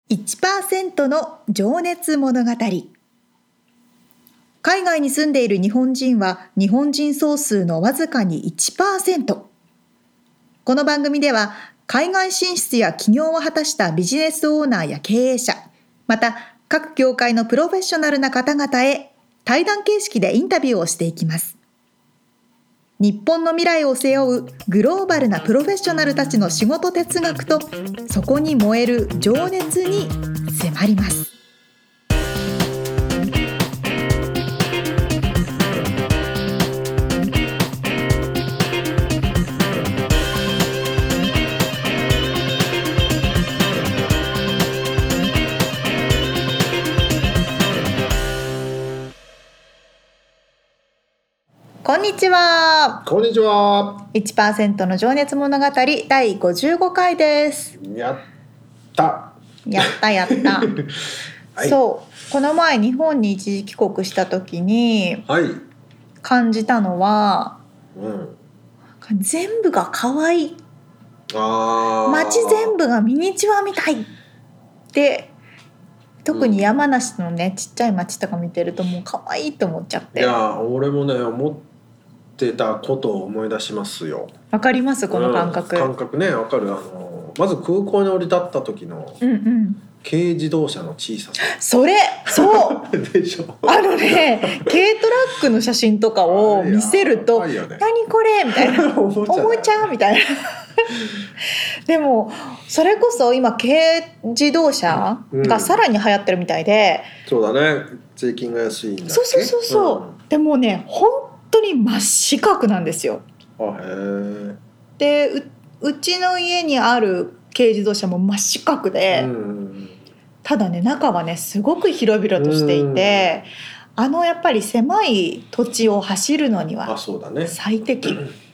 1% の情熱物語。海外に住んでいる日本人は日本人総数のわずかに 1%。この番組では海外進出や起業を果たしたビジネスオーナーや経営者、また各業界のプロフェッショナルな方々へ対談形式でインタビューをしていきます。日本の未来を背負うグローバルなプロフェッショナルたちの仕事哲学とそこに燃える情熱に迫ります。こんにちは。 こんにちは。 1% の情熱物語第55回です。 やったはい、 そうこの前日本に一時帰国した時に感じたのは、全部が可愛い。街全部がミニチュアみたいで、特に山梨のね、ちっちゃい街とか見てるともう可愛いと思っちゃって。 いや俺もね思ってたことを思い出しますよ。 わかりますこの感覚。 感覚ね、わかる。まず空港に降り立った時の軽自動車の小ささ、 そうでしょ。 軽トラックの写真とかを見せると、何これみたいなおもちゃみたいなでもそれこそ今軽自動車がさらに流行ってるみたいで、 そうだね、税金が安いんだっけ。 そう、でもね本当に真四角なんですよ。で うちの家にある軽自動車も真四角で、ただね中はねすごく広々としていて、やっぱり狭い土地を走るのには最適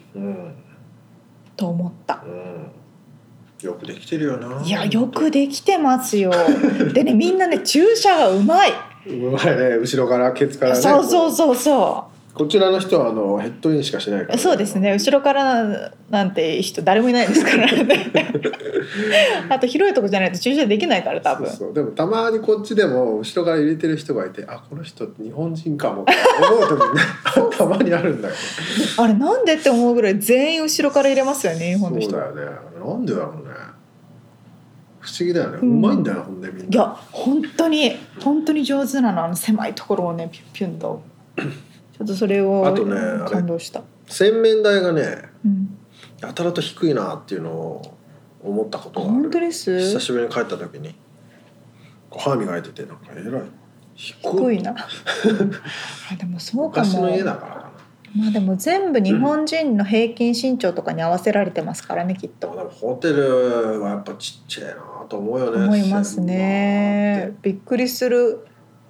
と思った。 よくできてるよな。 いやよくできてますよでねみんなね駐車がうまいね、 後ろからケツからね。 そうこちらの人はヘッドインしかしないから、ね、 そうですね、後ろからなんて人誰もいないですからねあと広いとこじゃないと駐車できないから多分。 そうでもたまにこっちでも後ろから入れてる人がいて、この人日本人かもって思う時に、ね、たまにあるんだよねあれなんでって思うぐらい全員後ろから入れますよね、日本の人。 そうだよね、なんでだろうね、不思議だよね、うまいんだよ、ほんでみんな。 いや本当に上手なの、狭いところをねピュンピュンとちょっとそれをあとね、 感動した。 洗面台がね、やたらと低いなっていうのを思ったことがある。 本当です。 久しぶりに帰った時に歯磨いてて、なんかえらい低いなでもそうかも。 昔の家だからかな。でも全部日本人の平均身長とかに合わせられてますからね、きっと。 でもホテルはやっぱちっちゃいなと思うよね。 思いますね。びっくりする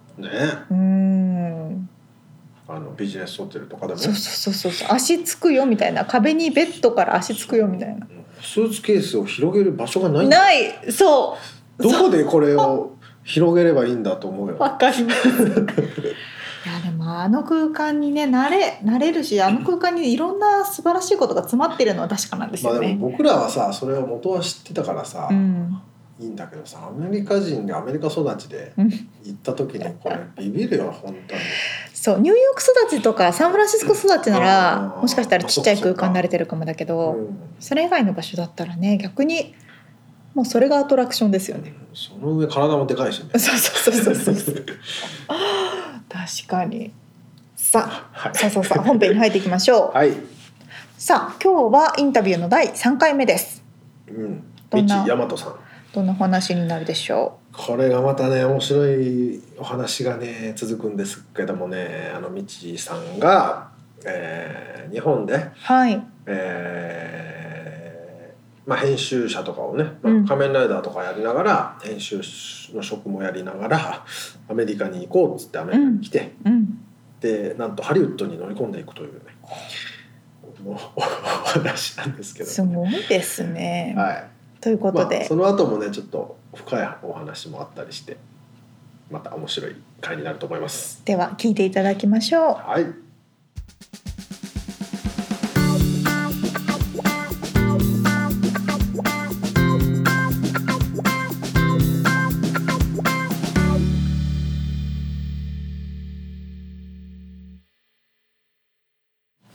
ね。ビジネスホテルとかでもそう足つくよみたいな、壁にベッドから足つくよみたいな、 スーツケースを広げる場所がない。 そうどこでこれを広げればいいんだと思うよ。 わかりますいやでも空間にね慣れるし、空間にいろんな素晴らしいことが詰まってるのは確かなんですよね。 でも僕らはさそれを元は知ってたからさ、いいんだけどさ、アメリカ人がアメリカ育ちで行った時にこれビビるよ本当に。 そう、ニューヨーク育ちとかサンフランシスコ育ちならもしかしたらちっちゃい空間に慣れてるかもだけど、それ以外の場所だったらね、逆にもうそれがアトラクションですよね。 その上体もでかいしね。 そう確かに。さあ本編に入っていきましょう。さあ今日はインタビューの第3回目です。 道大和さん、 どんな話になるでしょう。 これがまたね面白いお話がね続くんですけどもね、道さんが、日本で、編集者とかをね、仮面ライダーとかやりながら編集の職もやりながらアメリカに行こうっつってアメリカに来て、でなんとハリウッドに乗り込んでいくというねお話なんですけど、 すごいですね。ということで、 その後もねちょっと深いお話もあったりしてまた面白い回になると思います。 では聞いていただきましょう。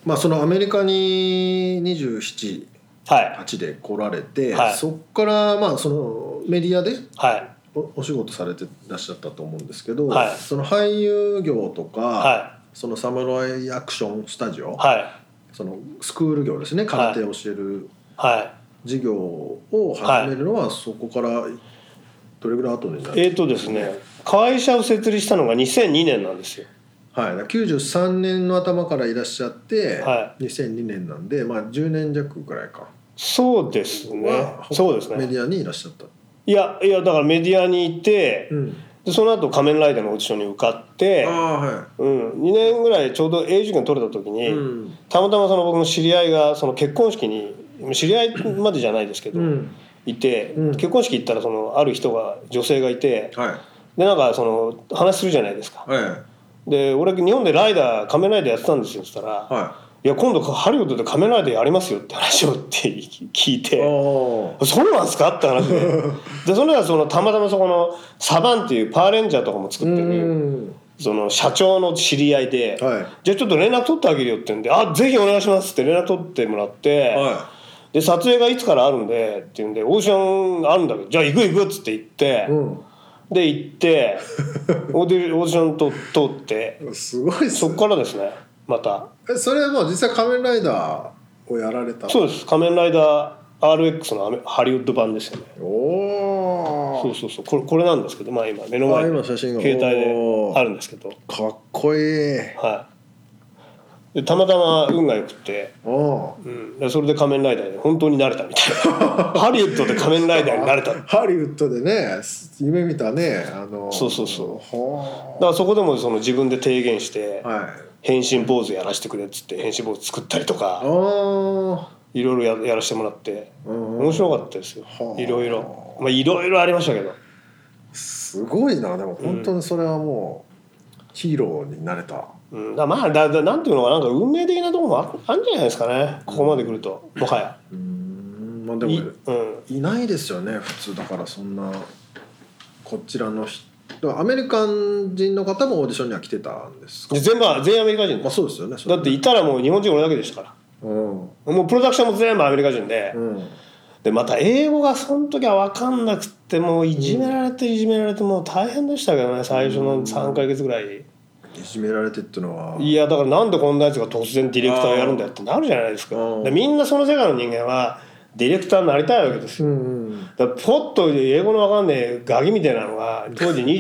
まあそのアメリカに27、 はい 8で来られて、 はいそこからまあそのメディアではいお仕事されてらっしゃったと思うんですけど、 はいその俳優業とか、 はそのサムライアクションスタジオ、 はいそのスクール業ですね、空手を教えるはい事業を始めるのはそこからどれぐらい後になるんですか？ ですね、会社を設立したのが2002年なんですよ。 はい、93年の頭からいらっしゃって、 は 2002年なんで、まあ、10年弱ぐらいかそうですね。そうですね。 メディアにいらっしゃった。 いやだからメディアにいて、でその後仮面ライダーのオーディションに受かって、2年ぐらいちょうど永住権取れた時に、たまたまその僕の知り合いがその結婚式に、知り合いまでじゃないですけど、いて、結婚式行ったらそのある人が女性がいて、でなんかその話するじゃないですか。で俺日本でライダー仮面ライダーやってたんですよって言ったら、いや今度ハリウッドで仮面ライダーやりますよって話をって聞いて、そうなんですかって話でそれはそのたまたまそこのサバンっていうパワーレンジャーとかも作ってるその社長の知り合いで、じゃあちょっと連絡取ってあげるよって言うんで、ぜひお願いしますって連絡取ってもらって、で撮影がいつからあるんでって言うんで、オーディションあるんだけどじゃあ行くっつって言って、で行ってオーディションと通ってすごいっすね。 そっからですねまた。 それはもう実際仮面ライダーをやられた？ そうです。仮面ライダー RX のハリウッド版ですよね。そうこれなんですけど、まあ今目の前に携帯であるんですけど、 かっこいい。 でたまたま運が良くて、でそれで仮面ライダーで本当になれたみたいなハリウッドで仮面ライダーになれたハリウッドでね、夢見たね、 そうだからそこでもその自分で提言して、変身ポーズやらせてくれっつって変身ポーズ作ったりとかいろいろやらせてもらって面白かったですよ。いろいろありましたけど、 すごいな。でも本当にそれはもうヒーローになれた。 まあなんていうのかなんか運命的なところもあるんじゃないですかね、ここまで来ると。もはやまあでもいないですよね普通。だからそんなこちらのアメリカ人の方もオーディションには来てたんですか？ 全員アメリカ人です。 そうですよね。 だっていたらもう日本人俺だけでしたから、もうプロダクションも全部アメリカ人で、でまた英語がその時は分かんなくってもういじめられてもう大変でしたけどね、最初の3ヶ月ぐらい。 いじめられてってのは、 いやだからなんでこんなやつが突然ディレクターやるんだよってなるじゃないですか。でみんなその世界の人間はディレクターになりたいわけですよ。だからポッと英語の分かんねえガキみたいなのが当時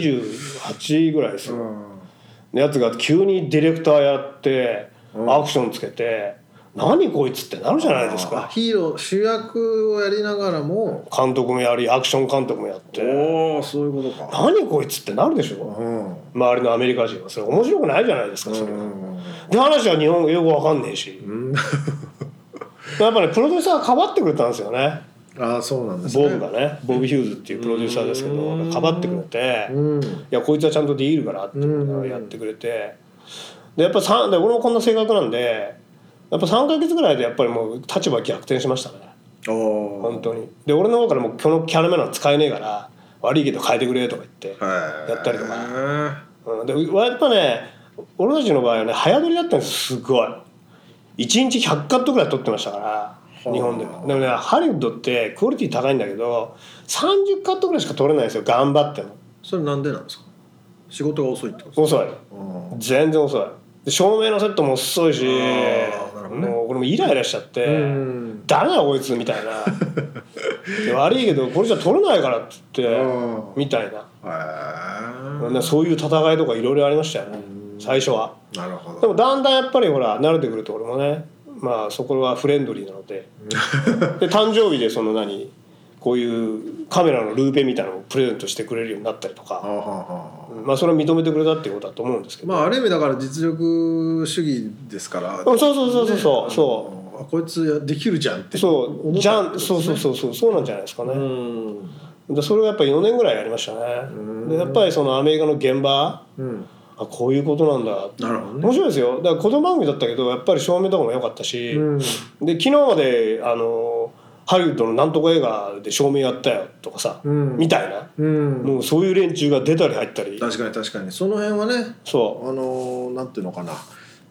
28ぐらいですよ、のやつが急にディレクターやってアクションつけて、何こいつってなるじゃないですか。 ヒーロー主役をやりながらも監督もやりアクション監督もやって、 そういうことか。 何こいつってなるでしょ、周りのアメリカ人は。それ面白くないじゃないですかそれは。で話は日本語英語わかんねえし、やっぱりプロデューサーがかばってくれたんですよね。 そうなんですね。 ボブがね、ボブ・ヒューズっていうプロデューサーですけどかばってくれて、いやこいつはちゃんとできるからってやってくれて、でやっぱで俺もこんな性格なんでやっぱ3ヶ月ぐらいでやっぱりもう立場逆転しましたね本当に。で俺の方からもうこのキャラメルは使えねえから悪いけど変えてくれとか言ってやったりとか、でやっぱね俺たちの場合はね早撮りだったんですすごい。1日100カットぐらい撮ってましたから日本では。でもねハリウッドってクオリティ高いんだけど30カットぐらいしか撮れないんですよ頑張っても。 それなんでなんですか？仕事が遅いってことですか？ 遅い、全然遅い。で照明のセットも遅いし、もうこれもイライラしちゃって誰だこいつみたいなで悪いけどこれじゃ撮れないからって言ってみたいな、そういう戦いとかいろいろありましたよね最初は。 なるほど。 でもだんだんやっぱりほら慣れてくると俺もね、まあそこはフレンドリーなのでで誕生日でそのこういうカメラのルーペみたいなのをプレゼントしてくれるようになったりとか、まあそれは認めてくれたっていうことだと思うんですけど、 まあある意味だから実力主義ですから、そうこいつできるじゃんってそうなんじゃないですかね。でそれをやっぱり4年ぐらいやりましたね。でやっぱりそのアメリカの現場、こういうことなんだ。なるほどね。面白いですよ。だから子供番組だったけどやっぱり照明とかも良かったし、で昨日までハリウッドのなんとか映画で照明やったよとかさ、みたいな、もうそういう連中が出たり入ったり。 確かにその辺はね、 そうなんていうのかな、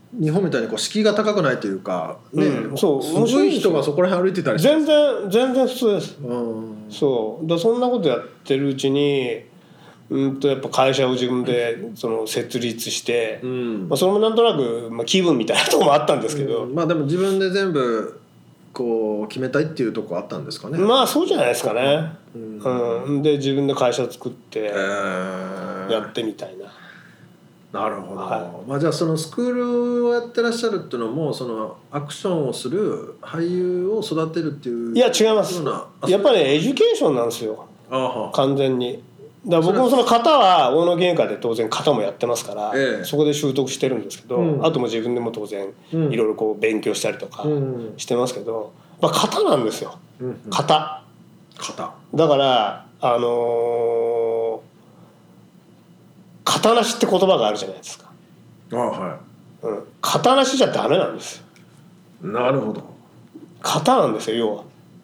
日本みたいにこう敷居が高くないというか、ね、 そうすごい人がそこら辺歩いてたりして全然普通です。そうだ、そんなことやってるうちにやっぱ会社を自分でその設立して、それもなんとなく、気分みたいなところもあったんですけど、 でも自分で全部こう決めたいっていうところあったんですかね。 そうじゃないですかね。で自分で会社作ってやってみたいな。 なるほど、じゃあそのスクールをやってらっしゃるっていうのもそのアクションをする俳優を育てるっていう。 いや違います。やっぱりエデュケーションなんですよ、完全に。だから僕もその型は大野芸科で当然型もやってますから、そこで習得してるんですけど、あとも自分でも当然いろいろこう勉強したりとかしてますけど、型なんですよ、型だから型なしって言葉があるじゃないですか。型なしじゃダメなんですよ。 なるほど。 型なんですよ、要は。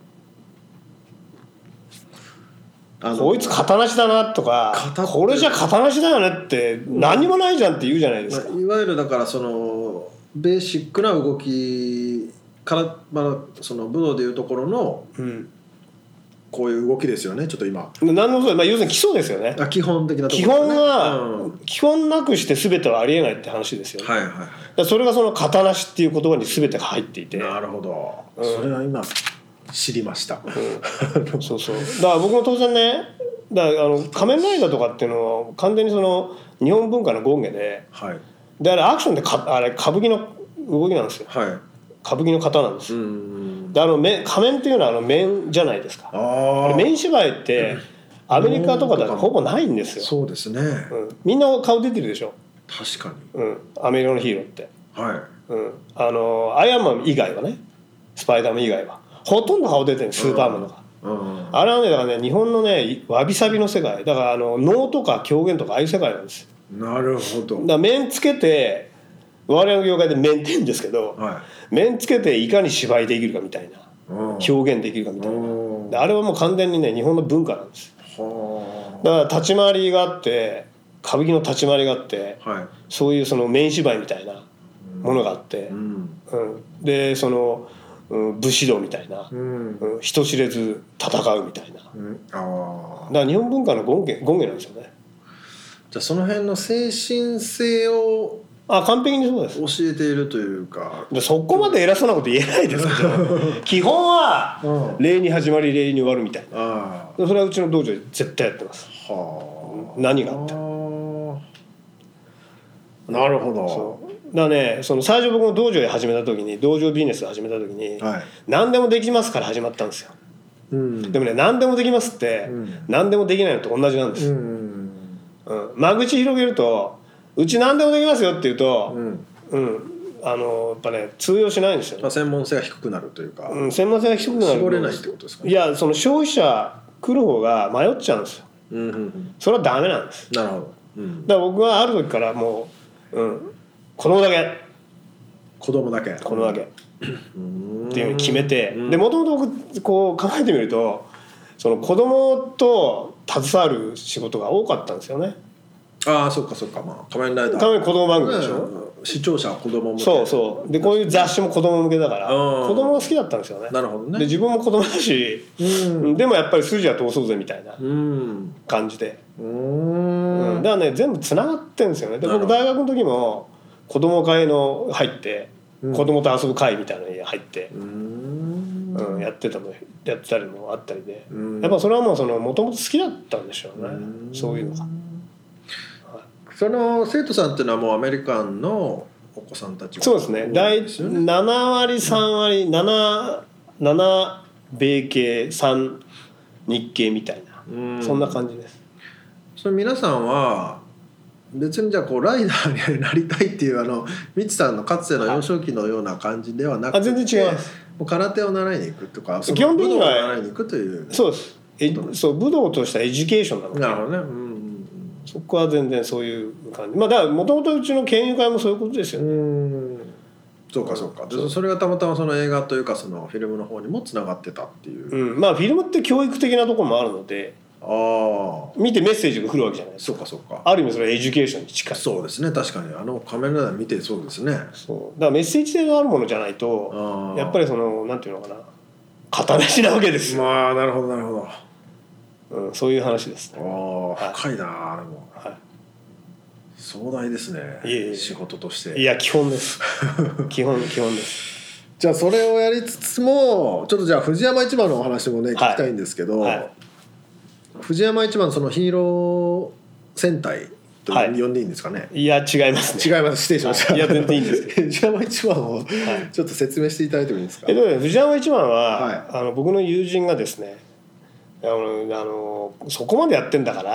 こいつ型なしだなとか、これじゃ型なしだよねって何にもないじゃんって言うじゃないですか。 いわゆるだからそのベーシックな動きから、その武道でいうところの、こういう動きですよね。ちょっと今何の要するに基礎ですよね。 基本的なところ、 基本は、基本なくして全てはありえないって話ですよね。それがその型なしっていう言葉に全てが入っていて。 なるほど、それは今知りました。 そうだから僕も当然ね、仮面ライダーとかっていうのは完全にその日本文化の権下で、であれアクションってあれ歌舞伎の動きなんですよ。歌舞伎の型なんです。で仮面っていうのは面じゃないですか。面芝居ってアメリカとかだとほぼないんですよ。 そうですね、 みんな顔出てるでしょ。 確かに、アメリカのヒーローって、アイアンマン以外はね、スパイダーマン以外はほとんど顔出てる。スーパーマンとか、あれはね、だからね、日本のねわびさびの世界だから能とか狂言とかああいう世界なんですよ。 なるほど。 だから面つけて、我々の業界で面って言うんですけど、面つけていかに芝居できるかみたいな、表現できるかみたいな、あれはもう完全にね日本の文化なんです。だから立ち回りがあって、歌舞伎の立ち回りがあって、そういうその面芝居みたいなものがあって、でその武士道みたいな、人知れず戦うみたいな、だから日本文化の権下なんですよね。 じゃあその辺の精神性を完璧にそうです。 教えているというか、 そこまで偉そうなこと言えないですけど基本は礼に始まり礼に終わるみたいな、それはうちの道場で絶対やってます。何があっても。 なるほど。 だからね、その最初僕も道場で始めた時に、道場ビジネスを始めた時に、何でもできますから始まったんですよ。でもね、何でもできますって、何でもできないのと同じなんです。間口広げると、うち何でもできますよって言うと、やっぱね通用しないんですよ。 専門性が低くなるというか、 専門性が低くなる。 絞れないってことですかね。 いや、その消費者来る方が迷っちゃうんですよ。それはダメなんです。 なるほど。 だから僕はある時からもう、子供だけっていうふうに決めて、でもともと僕こう考えてみると、その子供と携わる仕事が多かったんですよね。 そっか、仮面ライダー子供番組でしょ。 視聴者は子供向け。 そうで、こういう雑誌も子供向けだから、子供が好きだったんですよね。 なるほどね。 で自分も子供だし、でもやっぱり筋は通そうぜみたいな感じで、だからね全部つながってるんですよね。で僕大学の時も子供会の入って、子供と遊ぶ会みたいなのに入って、やってたりもあったりで、やっぱそれはもともと好きだったんでしょうね、そういうのが。 その生徒さんっていうのはもうアメリカンのお子さんたちが、 そうですね。7割3割7米系3日系みたいな、そんな感じです。 それ皆さんは別にじゃあこうライダーになりたいっていうミツさんのかつての幼少期のような感じではなくて、 全然違います。 もう空手を習いに行くとか、 基本的には習いに行くという。 そうです。武道としたエデュケーションなので。 なるほどね。 そこは全然そういう感じ。だからもともとうちの研究会もそういうことですよね。 そうか。それがたまたまその映画というかそのフィルムの方にもつながってたっていう。 フィルムって教育的なところもあるので、 見てメッセージが来るわけじゃないですか。 そうか。 ある意味それはエデュケーションに近い。 そうですね、確かに仮面ライダー見てそうですね。 そうだからメッセージ性があるものじゃないとやっぱりなんていうのかな、型なしなわけですよ。 まあなるほど、 そういう話ですね。 深いなあれも、壮大ですね。仕事として。 いや基本です基本です。 じゃあそれをやりつつもちょっとじゃあ藤山一番のお話もね聞きたいんですけど、藤山一番そのヒーロー戦隊と呼んでいいんですかね。 いや違いますね。 違います、失礼しました。 いや全然いいんですけど藤山一番をちょっと説明していただいてもいいですか。 藤山一番は、僕の友人がですね、そこまでやってんだから、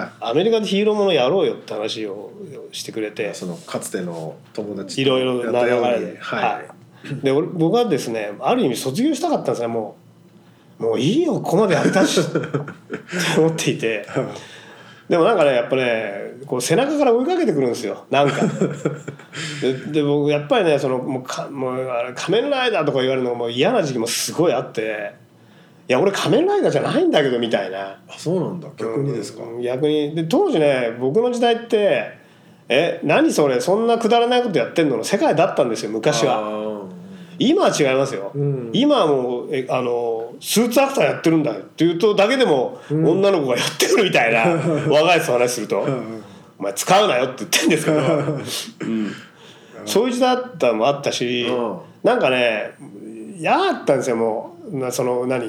アメリカでヒーローものやろうよって話をしてくれて、 そのかつての友達いろいろな流れで、で僕はですねある意味卒業したかったんですね。もういいよここまでやったしって思っていてでもなんかねやっぱねこう背中から追いかけてくるんですよなんかで僕やっぱりねもう仮面ライダーとか言われるのがもう嫌な時期もすごいあって、いや俺仮面ライダーじゃないんだけどみたいな。 そうなんだ、逆にですか。 逆にで当時ね僕の時代って何それそんなくだらないことやってんのの世界だったんですよ昔は。今は違いますよ、今はもうスーツアクターやってるんだよっていうとだけでも女の子がやってくるみたいな、若い人の話するとお前使うなよって言ってるんですけど、そういう時代だったのもあったし、なんかね嫌だったんですよ。もう端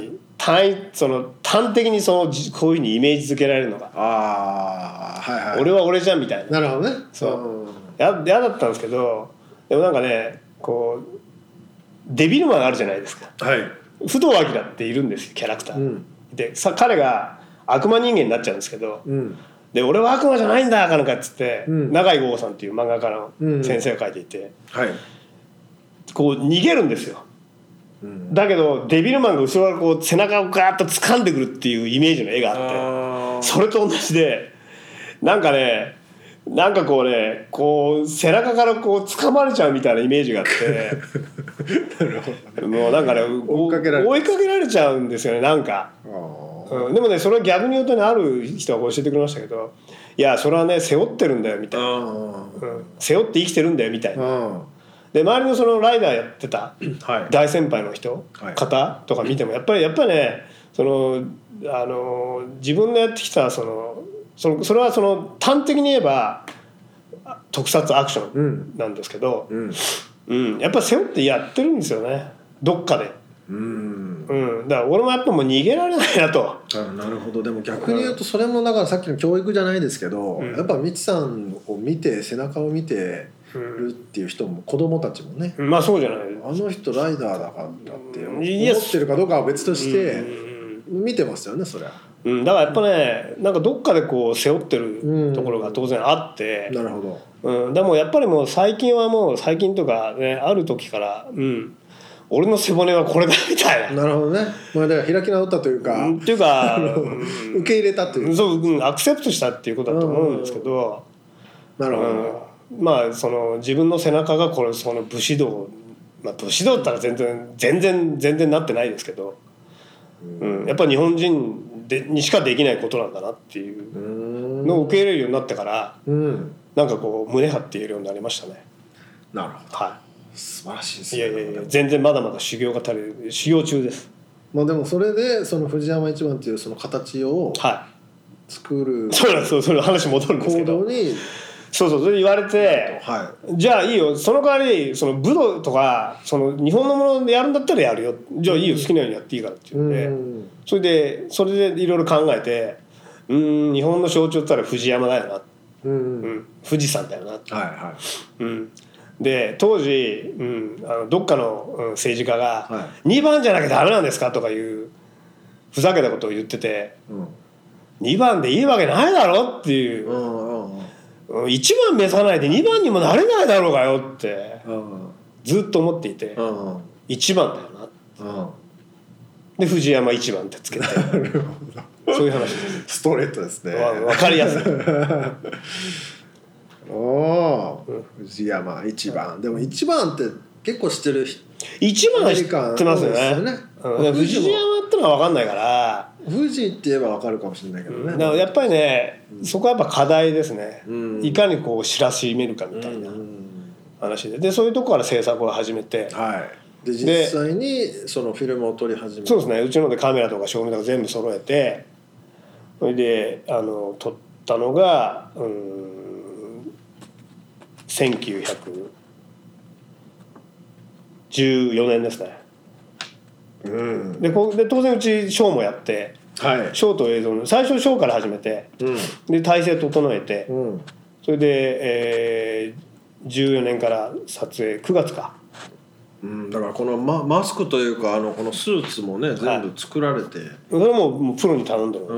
的にこういうふうにイメージ付けられるのが、俺は俺じゃんみたいな。 なるほどね。 嫌だったんですけど、でもなんかねこうデビルマンあるじゃないですか、不動明っているんですよキャラクター、で彼が悪魔人間になっちゃうんですけど、で俺は悪魔じゃないんだかなんかっつって、永井豪さんっていう漫画家の先生が書いていて、こう逃げるんですよ、だけどデビルマンが後ろからこう背中をガーッと掴んでくるっていうイメージの絵があって、それと同じでなんかこうねこう背中からこう掴まれちゃうみたいなイメージがあってもうなんかね追いかけられちゃうんですよねなんか。でもねそれは逆に言うとねある人が教えてくれましたけど、いやそれはね背負ってるんだよみたいな、背負って生きてるんだよみたいな。で周りのそのライダーやってた大先輩の方とか見てもやっぱりね自分のやってきたそれは端的に言えば特撮アクションなんですけど、やっぱり背負ってやってるんですよねどっかで。だから俺もやっぱもう逃げられないなと。 なるほど。でも逆に言うとそれもだからさっきの教育じゃないですけど、やっぱミチさんを見て背中を見てるっていう人も子供たちもね、 まあそうじゃない、 あの人ライダーだからって思ってるかどうかは別として見てますよねそりゃ。 だからやっぱねなんかどっかでこう背負ってるところが当然あって、 なるほど。 でもやっぱりもう最近とかねある時から俺の背骨はこれだみたいな。 なるほどね。まあだから開き直ったというかっていうか受け入れたというか、 そうアクセプトしたっていうことだと思うんですけど、 なるほど。 まあ自分の背中が武士道、武士道ったら全然なってないですけど、やっぱり日本人にしかできないことなんだなっていうのを受け入れるようになってから、なんかこう胸張って言えるようになりましたね。 なるほど。素晴らしいですね。 いや全然まだまだ修行中です。 まあでもそれでその藤山一番っていうその形を作る、 そうなんですよ。それ話戻るんですけど、 行動にそれ言われて、じゃあいいよその代わり武道とか日本のものでやるんだったらやるよ、じゃあいいよ好きなようにやっていいからって言うんで、それでいろいろ考えて日本の象徴って言ったら藤山だよな、富士山だよなって、で当時、どっかの政治家が2番じゃなきゃダメなんですかとかいうふざけたことを言ってて、2番でいいわけないだろっていう、1番目指さないで2番にもなれないだろうがよってずっと思っていて、1番だよな、で藤山1番ってつけてそういう話です。 ストレートですね。 分かりやすい藤山一番。でも一番って結構知ってる人、 一番は知ってますよね。藤山ってのは分かんないから富士って言えば分かるかもしれないけどね。 だからやっぱりね、そこはやっぱ課題ですね、いかにこう知らしめるかみたいな話で、そういうとこから制作を始めて、 で実際にそのフィルムを撮り始めて、 そうですね、うちのでカメラとか照明とか全部揃えて、それで撮ったのが1914年ですね。で当然うちショーもやって、ショーと映像の最初ショーから始めて、で体制整えて、それで、14年から撮影9月か、 だからこの マスクというかこのスーツもね全部作られて、 それもプロに頼んでる、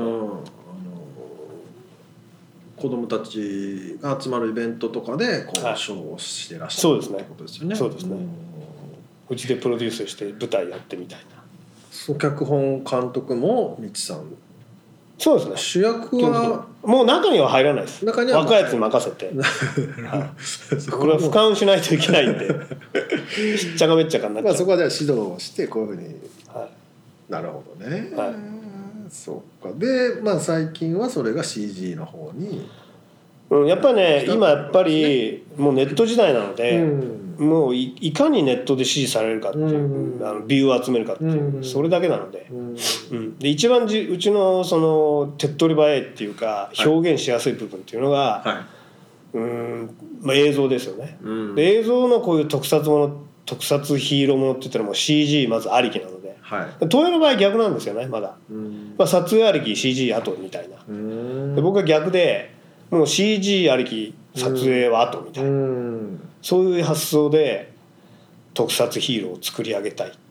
子供たちが集まるイベントとかでこうショーをしてらっしゃるってことですよね。 そうですね、うちでプロデュースして舞台やってみたいな。 脚本監督も道さん。 そうですね、 主役はもう中には入らないです。若いやつに任せてこれは俯瞰しないといけないんでしっちゃかめっちゃかになっちゃう。 そこはじゃあ指導をしてこういうふうに、なるほどね、そうか。で最近はそれが CG の方に、 やっぱりね、今やっぱりもうネット時代なので、もう いかにネットで支持されるかっていう、ビューを集めるかっていう、それだけなので、で一番うちのその手っ取り早いっていうか表現しやすい部分っていうのが、映像ですよね。で映像のこういう特撮ヒーローものって言ったらもう CG まずありきなので、東映の場合逆なんですよね、まだ。撮影ありき CG 後みたいな。で僕は逆でもう CG ありき撮影は後みたいな、そういう発想で特撮ヒーローを作り上げたい。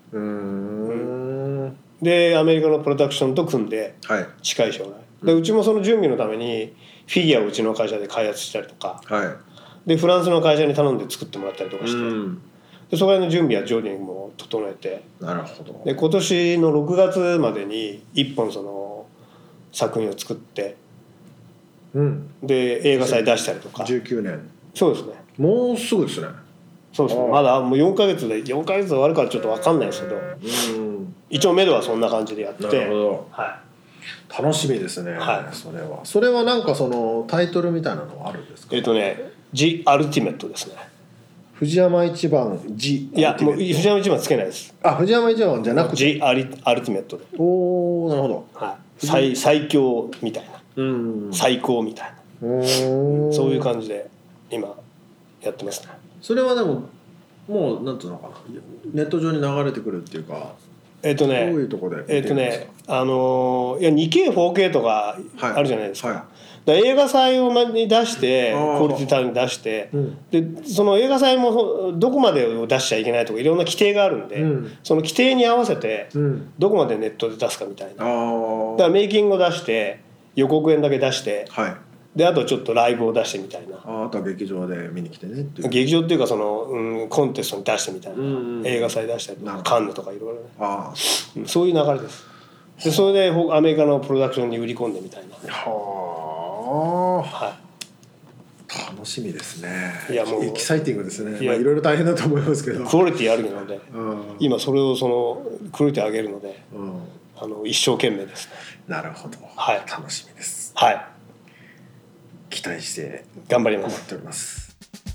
でアメリカのプロダクションと組んで近い将来、でうちもその準備のためにフィギュアをうちの会社で開発したりとか、でフランスの会社に頼んで作ってもらったりとかして、でそこら辺の準備は徐々にも整えて、 なるほど。 で今年の6月までに1本その作品を作って、で映画祭出したりとか。 19年。 そうですね、 もうすぐですね。 そうですね、まだもう4ヶ月で終わるからちょっと分かんないですけど、一応目処はそんな感じでやって。 なるほど、楽しみですね、それはなんかそのタイトルみたいなのはあるんですか。 ジ・アルティメットですね。 藤山一番ジ。 いやもう藤山一番つけないです。 藤山一番じゃなくてジ・アルティメットで。 おお、なるほど。 最強みたいな、最高みたいな、そういう感じで今やってますね。 それはでももうなんていうのかな、ネット上に流れてくるっていうか、どういうところで見てるんですか。 いや 2K、4K とかあるじゃないですか。映画祭に出してクオリティタウンに出して、でその映画祭もどこまでを出しちゃいけないとかいろんな規定があるんで、その規定に合わせてどこまでネットで出すかみたいな、だからメイキングを出して予告編だけ出して、であとちょっとライブを出してみたいな、 あとは劇場で見に来てねっていう、 劇場っていうかその、コンテストに出してみたいな、映画祭出したりとかカンヌとかいろいろね、そういう流れです。でそれでアメリカのプロダクションに売り込んでみたいな。 楽しみですね。 いやもうエキサイティングですね。いろいろ大変だと思いますけど、 クオリティあるので、今それをそのクオリティ上げるので、一生懸命ですね。 なるほど、楽しみです。期待して頑張ります。 思っております。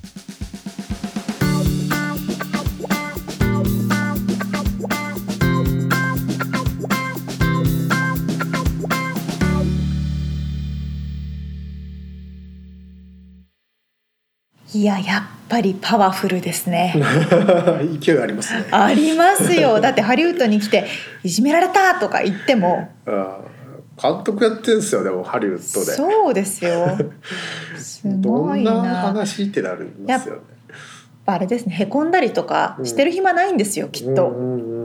いや、やっぱりパワフルですね。 勢いありますね。 ありますよ。だってハリウッドに来ていじめられたとか言っても、 監督やってるんですよ。でもハリウッドで。 そうですよ。すごいな。 どんな話ってなりますよね。 あれですね、へこんだりとかしてる暇ないんですよ、きっと。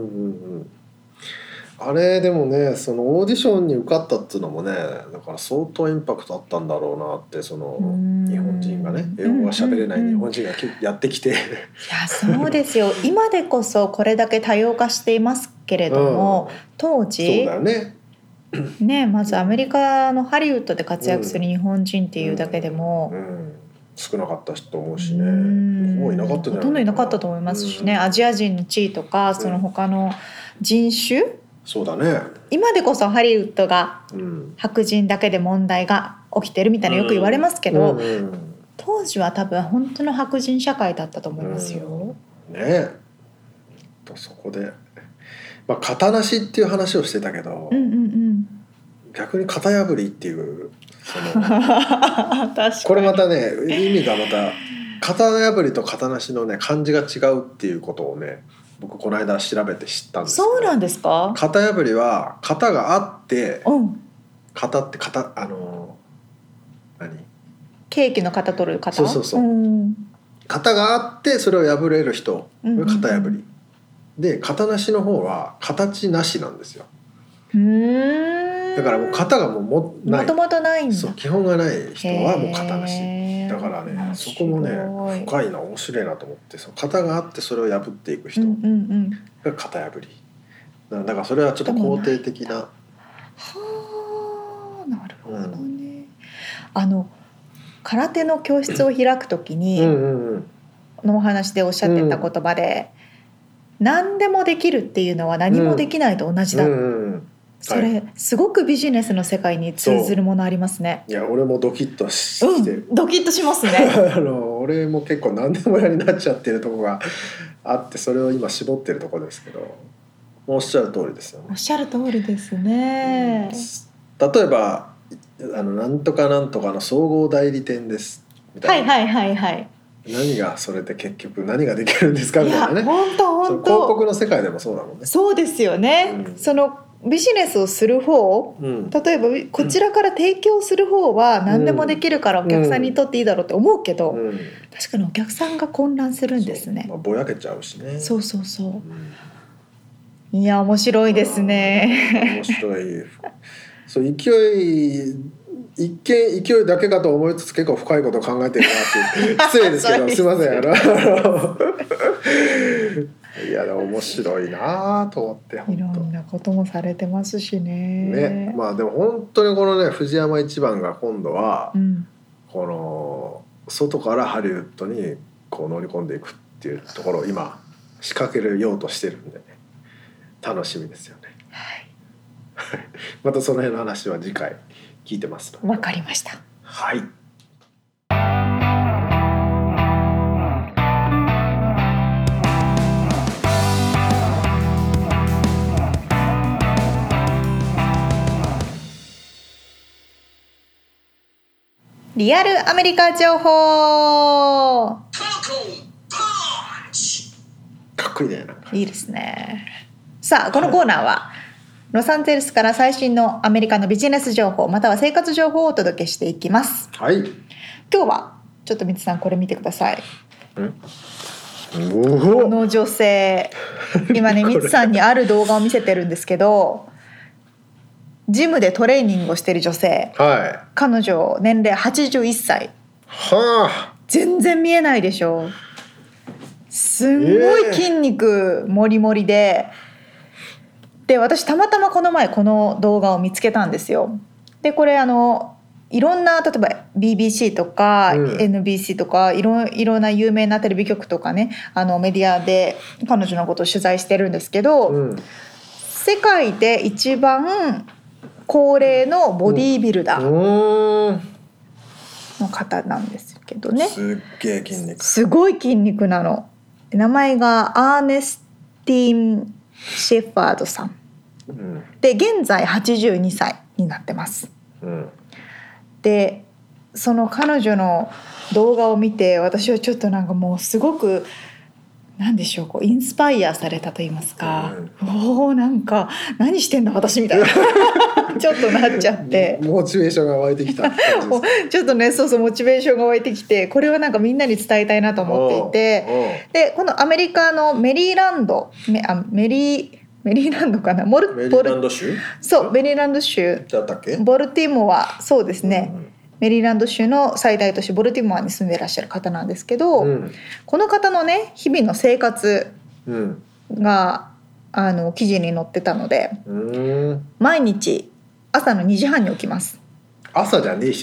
あれでもね、そのオーディションに受かったっていうのもね、だから相当インパクトあったんだろうなって、その日本人がね、英語が喋れない日本人がやってきて、いやそうですよ。今でこそこれだけ多様化していますけれども、当時そうだよね、まずアメリカのハリウッドで活躍する日本人っていうだけでも、 少なかったと思うしね、ほぼいなかったんじゃないかな。 ほとんどいなかったと思いますしね、アジア人の地位とかその他の人種そうだね。 今でこそハリウッドが白人だけで問題が起きてるみたいなよく言われますけど、当時は多分本当の白人社会だったと思いますよ。 ね。そこで、まあ、型なしっていう話をしてたけど、逆に型破りっていうこれまたね意味がまた型破りと型なしのね漢字が違うっていうことをね僕この間調べて知ったんですけど。 そうなんですか。 型破りは型があって、型って型何？ ケーキの型取る型。 そう。型があってそれを破れる人が型破り。で型なしの方は形なしなんですよ。だからもう型がもともとないんだ。 そう基本がない人はもう型なしだからねそこもね深いな面白いなと思って、その型があってそれを破っていく人が型破りだからそれはちょっと肯定的な。 はあなるほどね。空手の教室を開くときにのお話でおっしゃってた言葉で、何でもできるっていうのは何もできないと同じだ、それすごくビジネスの世界に通ずるものありますね。 いや俺もドキッとして、 ドキッとしますね俺も結構何でもやりになっちゃってるとこがあってそれを今絞ってるとこですけど、おっしゃる通りですよね。 おっしゃる通りですね。 例えばなんとかなんとかの総合代理店ですみたいな、何がそれで結局何ができるんですかみたいなね。 本当広告の世界でもそうだもんね。 そうですよね、そのビジネスをする方、例えばこちらから提供する方は何でもできるからお客さんにとっていいだろうって思うけど、確かにお客さんが混乱するんですね。 ぼやけちゃうしね。 そう、いや面白いですね。 面白い。そう勢い一見勢いだけかと思いつつ結構深いことを考えてるなっていう失礼ですけどすいませんいやでも面白いなと思って。 いろんなこともされてますしね。 まあでも本当にこのね藤山一番が今度は、この外からハリウッドにこう乗り込んでいくっていうところを今仕掛けようとしてるんでね楽しみですよね。またその辺の話は次回聞いてますので。 わかりました。 はい。 リアルアメリカ情報。かっこいいね。 いいですね。さあこのコーナーはロサンゼルスから最新のアメリカのビジネス情報または生活情報をお届けしていきます。 はい。 今日はちょっとみつさんこれ見てください。この女性今ねみつさんにある動画を見せてるんですけど、ジムでトレーニングをしている女性、彼女年齢81歳、全然見えないでしょ。すんごい筋肉もりもりで、私たまたまこの前この動画を見つけたんですよ。でこれいろんな例えば BBC とか、NBC とかいろんな有名なテレビ局とかねメディアで彼女のことを取材してるんですけど、世界で一番高齢のボディービルダーの方なんですけどね。 すっげえ筋肉。 すごい筋肉なの。名前がアーネスティン・シェファードさん、で現在82歳になってます、でその彼女の動画を見て私はちょっとなんかもうすごくなんでしょう、こうインスパイアされたと言いますか、なんか何してんだ私みたいなちょっとなっちゃってモチベーションが湧いてきたちょっとねそうモチベーションが湧いてきて、これはなんかみんなに伝えたいなと思っていて、でこのアメリカのメリーランドメリーランドかな、 メリーランド州、 そうメリーランド州だったっけ、 ボルティモア、そうですね、メリーランド州の最大都市ボルティモアに住んでいらっしゃる方なんですけど、この方のね日々の生活が、記事に載ってたので、毎日朝の2時半に起きます。 朝じゃねえし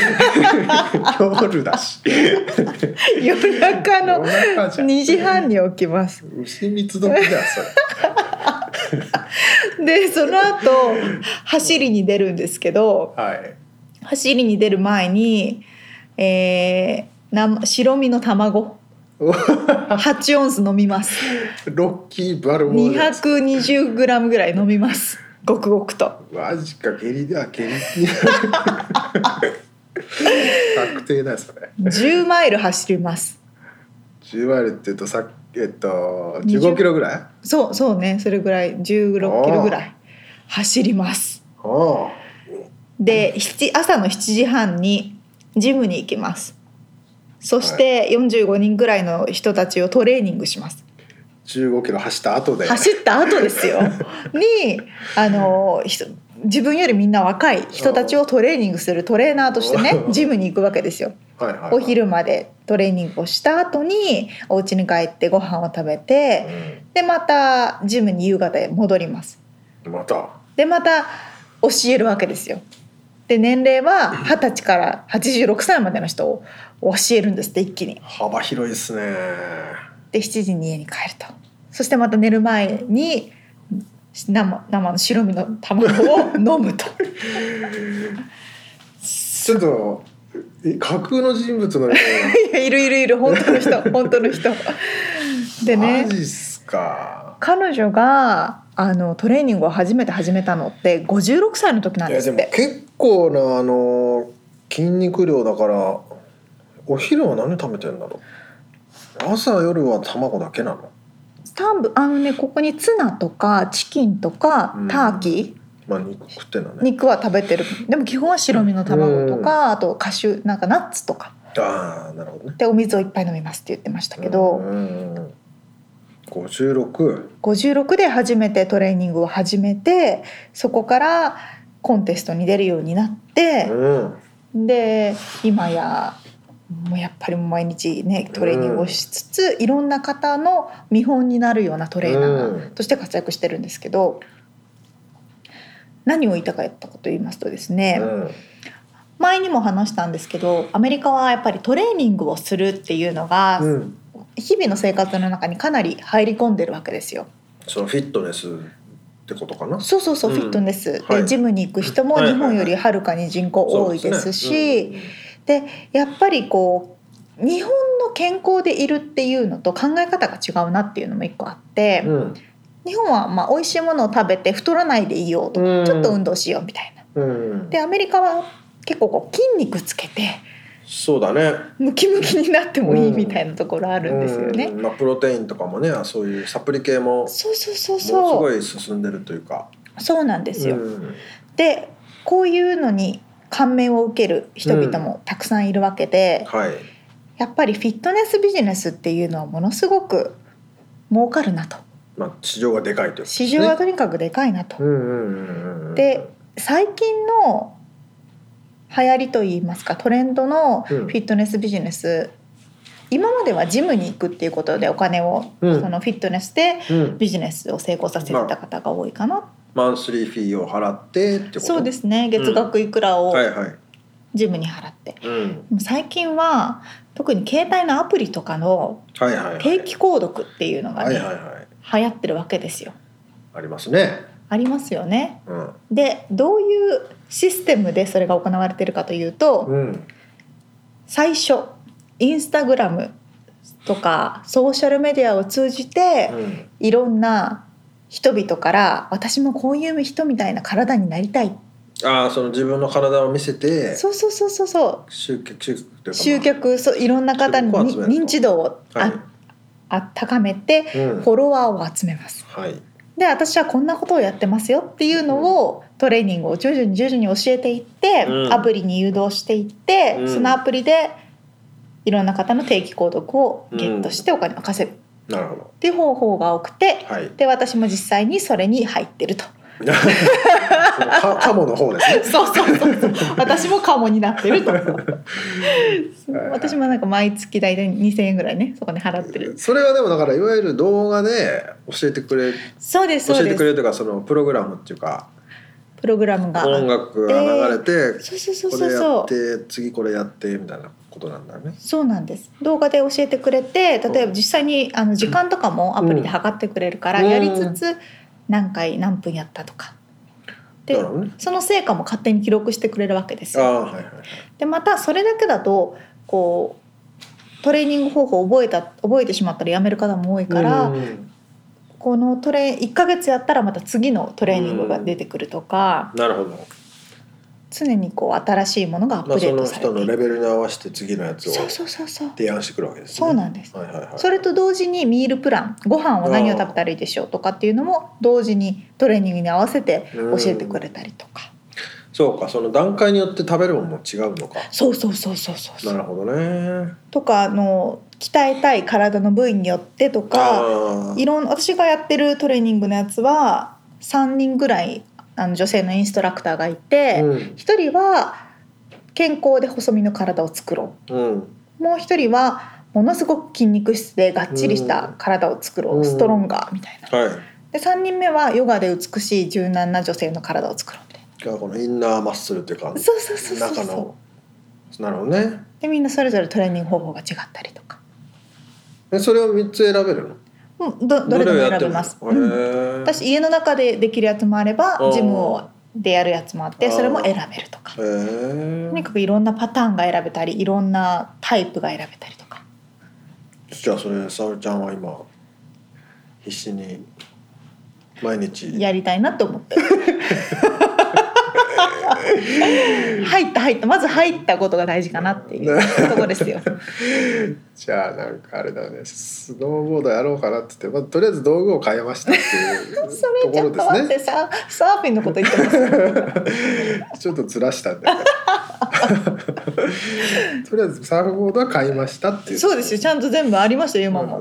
夜だし夜中の2時半に起きます。 牛蜜時だそれでその後走りに出るんですけど、 はい、 走りに出る前に、白身の卵8オンス飲みます。 ロッキーバルボー 220グラムぐらい飲みます。ごくごくと。 マジか、下痢だ、下痢確定だよそれ。 10マイル走ります。 10マイルって言うと15キロぐらい？ そうね、それぐらい、16キロぐらい走ります。で朝の7時半にジムに行きます。そして45人ぐらいの人たちをトレーニングします。 15キロ走った後ですよに自分よりみんな若い人たちをトレーニングするトレーナーとしてねジムに行くわけですよ。お昼までトレーニングをした後にお家に帰ってご飯を食べて、でまたジムに夕方へ戻ります。また教えるわけですよ。で年齢は20歳から86歳までの人を教えるんですって。一気に幅広いですね。 で7時に家に帰ると。そしてまた寝る前に生の白身の卵を飲むとちょっと架空の人物のようないる本当の人でね。 マジっすか。 彼女がトレーニングを初めて始めたのって56歳の時なんですって。 いやでも結構な筋肉量だから、お昼は何食べてんだろう。朝夜は卵だけなの？ ここにツナとかチキンとかターキー、 肉食ってんのね。 肉は食べてる。でも基本は白身の卵とか、あとカシュナッツとか。 なるほどね。 でお水をいっぱい飲みますって言ってましたけど、56で初めてトレーニングを始めて、そこからコンテストに出るようになって、で今やもうやっぱり毎日ねトレーニングをしつつ、いろんな方の見本になるようなトレーナーとして活躍してるんですけど、何を言いたかったかと言いますとですね、前にも話したんですけど、アメリカはやっぱりトレーニングをするっていうのが、日々の生活の中にかなり入り込んでるわけですよ。 そのフィットネスってことかな。 そう、フィットネスでジムに行く人も日本よりはるかに人口多いですし、でやっぱりこう日本の健康でいるっていうのと考え方が違うなっていうのも一個あって、日本は美味しいものを食べて太らないでいいよとか、ちょっと運動しようみたいな、でアメリカは結構こう筋肉つけて、 そうだね、 ムキムキになってもいいみたいなところあるんですよね。 プロテインとかもね、そういうサプリ系もそうすごい進んでるというか。 そうなんですよ。でこういうのに感銘を受ける人々もたくさんいるわけで、やっぱりフィットネスビジネスっていうのはものすごく儲かるなと、 市場がでかいということですね。 市場はとにかくでかいなと。で最近の流行りといいますかトレンドのフィットネスビジネス、今まではジムに行くっていうことでお金を、そのフィットネスでビジネスを成功させてた方が多いかな。 マンスリーフィーを払ってってこと？そうですね、月額いくらをジムに払って、最近は特に携帯のアプリとかの定期購読っていうのがね、流行ってるわけですよ。 ありますね。 ありますよね。でどういうシステムでそれが行われているかというと、最初インスタグラムとかソーシャルメディアを通じて、いろんな人々から私もこういう人みたいな体になりたい、 その自分の体を見せて、集客、 いろんな方に認知度を高めて、フォロワーを集めます。で私はこんなことをやってますよっていうのを、トレーニングを徐々に教えていって、アプリに誘導していって、そのアプリでいろんな方の定期購読をゲットしてお金を稼ぐっていう方法が多くて、で私も実際にそれに入ってると。 カモの方ですね。 そう私もカモになってると。私もなんか毎月大体2000円ぐらいね、そこに払ってる。 それはでもだからいわゆる動画で教えてくれる。教えてくれるというか、そのプログラムっていうか、 プログラムが音楽が流れて、これやって次これやってみたいなことなんだね。 そうなんです。動画で教えてくれて、例えば実際に時間とかもアプリで測ってくれるから、やりつつ何回何分やったとかで、その成果も勝手に記録してくれるわけですよ。でまたそれだけだとこうトレーニング方法を覚えてしまったらやめる方も多いから、この1ヶ月やったらまた次のトレーニングが出てくるとか、 なるほど、 常にこう新しいものがアップデートされて、 その人のレベルに合わせて次のやつを提案してくるわけですね。 そうなんです、それと同時にミールプラン、ご飯を何を食べたらいいでしょうとかっていうのも同時にトレーニングに合わせて教えてくれたりとか。 そうか、その段階によって食べるものも違うのか。 そうなるほどね。 とか鍛えたい体の部位によってとか、私がやってるトレーニングのやつは3人ぐらい女性のインストラクターがいて、1人は健康で細身の体を作ろう、もう1人はものすごく筋肉質でがっちりした体を作ろう、ストロンガーみたいな、で3人目はヨガで美しい柔軟な女性の体を作ろうみたいな。 このインナーマッスルっていうか、中の、なるほどね。 でみんなそれぞれトレーニング方法が違ったりとか。 それを3つ選べるの？ どれでも選べます。私家の中でできるやつもあればジムでやるやつもあって、それも選べるとか、とにかくいろんなパターンが選べたり、いろんなタイプが選べたりとか。 じゃあそれ沙織ちゃんは今必死に毎日やりたいなと思ってまず入ったことが大事かなっていうところですよじゃあなんかあれだね、スノーボードやろうかなって言って、とりあえず道具を変えましたっていうところですね。 それちょっと待って、サーフィンのこと言ってますちょっとずらしたんだよねとりあえずサーフボードは買いましたっていう。 そうですよ、ちゃんと全部ありましたよ今も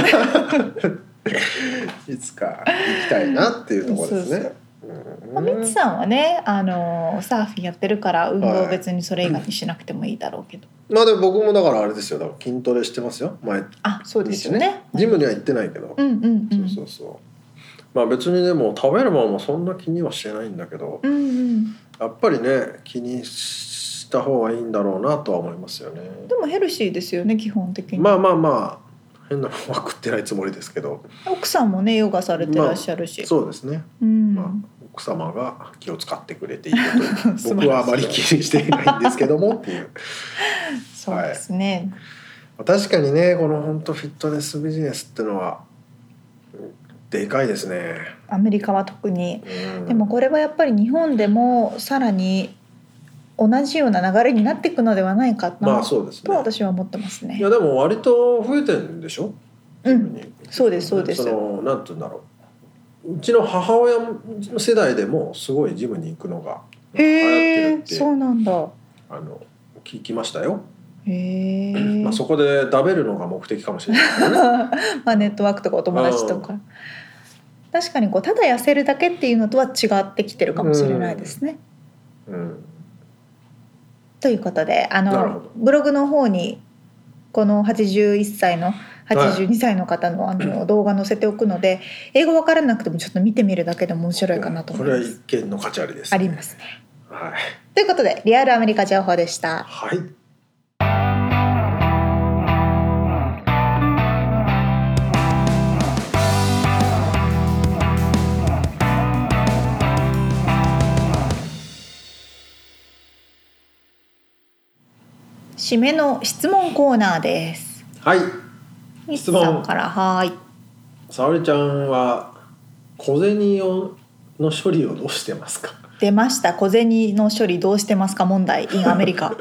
いつか行きたいなっていうところですね。 みつさんはね、サーフィンやってるから運動別にそれ以外にしなくてもいいだろうけど、 まあでも僕もだからあれですよ、だから筋トレしてますよ毎日。 そうですよね。 ジムには行ってないけど、そうまあ別にでも食べるものもそんな気にはしてないんだけど、やっぱりね気にした方がいいんだろうなとは思いますよね。 でもヘルシーですよね基本的に。 まあ変なものは食ってないつもりですけど、 奥さんもねヨガされてらっしゃるし、 そうですね、奥様が気を使ってくれていると僕はあまり気にしていないんですけどもっていうそうですね、 確かにね、この本当フィットネスビジネスってのはでかいですね、 アメリカは特に。でもこれはやっぱり日本でもさらに同じような流れになっていくのではないかな、と私は思ってますね。 いやでも割と増えてるんでしょ。 そうですそうです。 なんていうんだろう、うちの母親の世代でもすごいジムに行くのが流行ってるって、 そうなんだ、 聞きましたよ。 まあそこで食べるのが目的かもしれないけどねまあネットワークとかお友達とか、確かにただ痩せるだけっていうのとは違ってきてるかもしれないですね。ということでブログの方にこの81歳の82歳の方の動画載せておくので、英語分からなくてもちょっと見てみるだけでも面白いかなと思います。 これは一見の価値ありですね。 ありますね。ということでリアルアメリカ情報でした。締めの質問コーナーです。質問から。 沙織ちゃんは小銭の処理をどうしてますか？ 出ました、小銭の処理どうしてますか問題 in アメリカ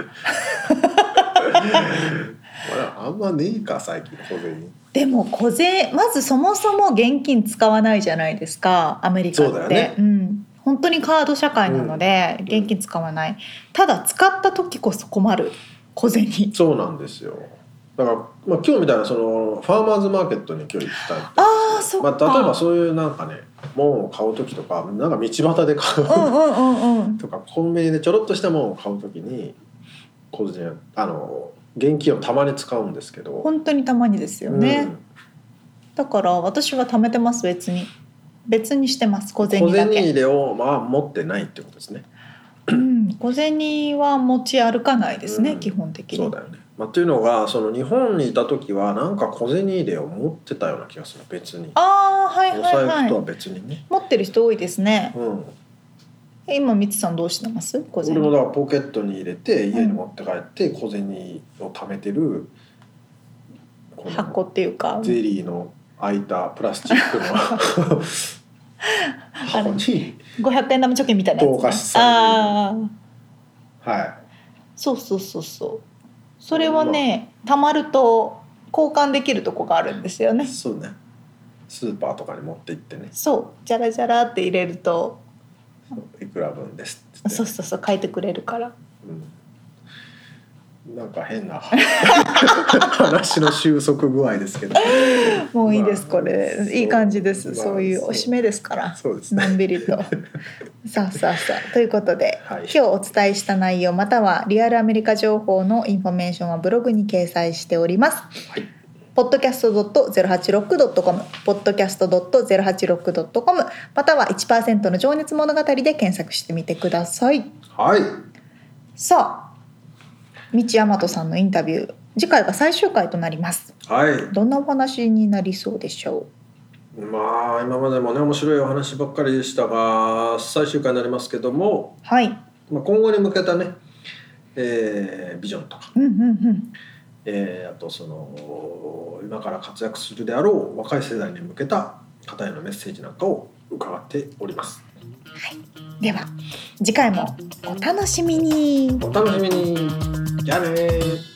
あんまねえか最近小銭。 でもまずそもそも現金使わないじゃないですかアメリカって。そうだよね。本当にカード社会なので現金使わない、ただ使った時こそ困る小銭。 そうなんですよ。だから、今日みたいなそのファーマーズマーケットに今日行ったりとか、 そっか、 例えばそういうなんかね物を買う時とか、なんか道端で買うとか、コンビニでちょろっとしたものを買う時に小銭現金をたまに使うんですけど、 本当にたまにですよね、だから私は貯めてます。別にしてます。小銭だけ。 小銭入れを持ってないってことですね。 小銭は持ち歩かないですね、基本的に。 そうだよね。っていうのがその日本にいた時はなんか小銭入れを持ってたような気がする。別に。 はいはいはい。 お財布とは別にね。 持ってる人多いですね。今みつさんどうしてます？小銭。 俺もだからポケットに入れて家に持って帰って小銭を貯めてる、 箱っていうかゼリーの開いたプラスチックの箱に 500円玉貯金みたいなやつ、 投下される。はい。 そう。それはね、貯まると交換できるとこがあるんですよね。 そうね。スーパーとかに持って行ってね。 そう、ジャラジャラって入れるといくら分ですって。 そう書いてくれるから。 なんか変な話の収束具合ですけどもういいです、これいい感じです、そういうお締めですから。 そうですね、 のんびりとさあということで、今日お伝えした内容またはリアルアメリカ情報のインフォメーションはブログに掲載しております。podcast.086.com podcast.086.com または 1% の情熱物語で検索してみてください。さあ、道大和さんのインタビュー、次回が最終回となります。どんなお話になりそうでしょう？今までもね面白いお話ばっかりでしたが最終回になりますけども、今後に向けたね、ビジョンとか、あとその今から活躍するであろう若い世代に向けた方へのメッセージなんかを伺っております。 では次回もお楽しみに。 じゃあね。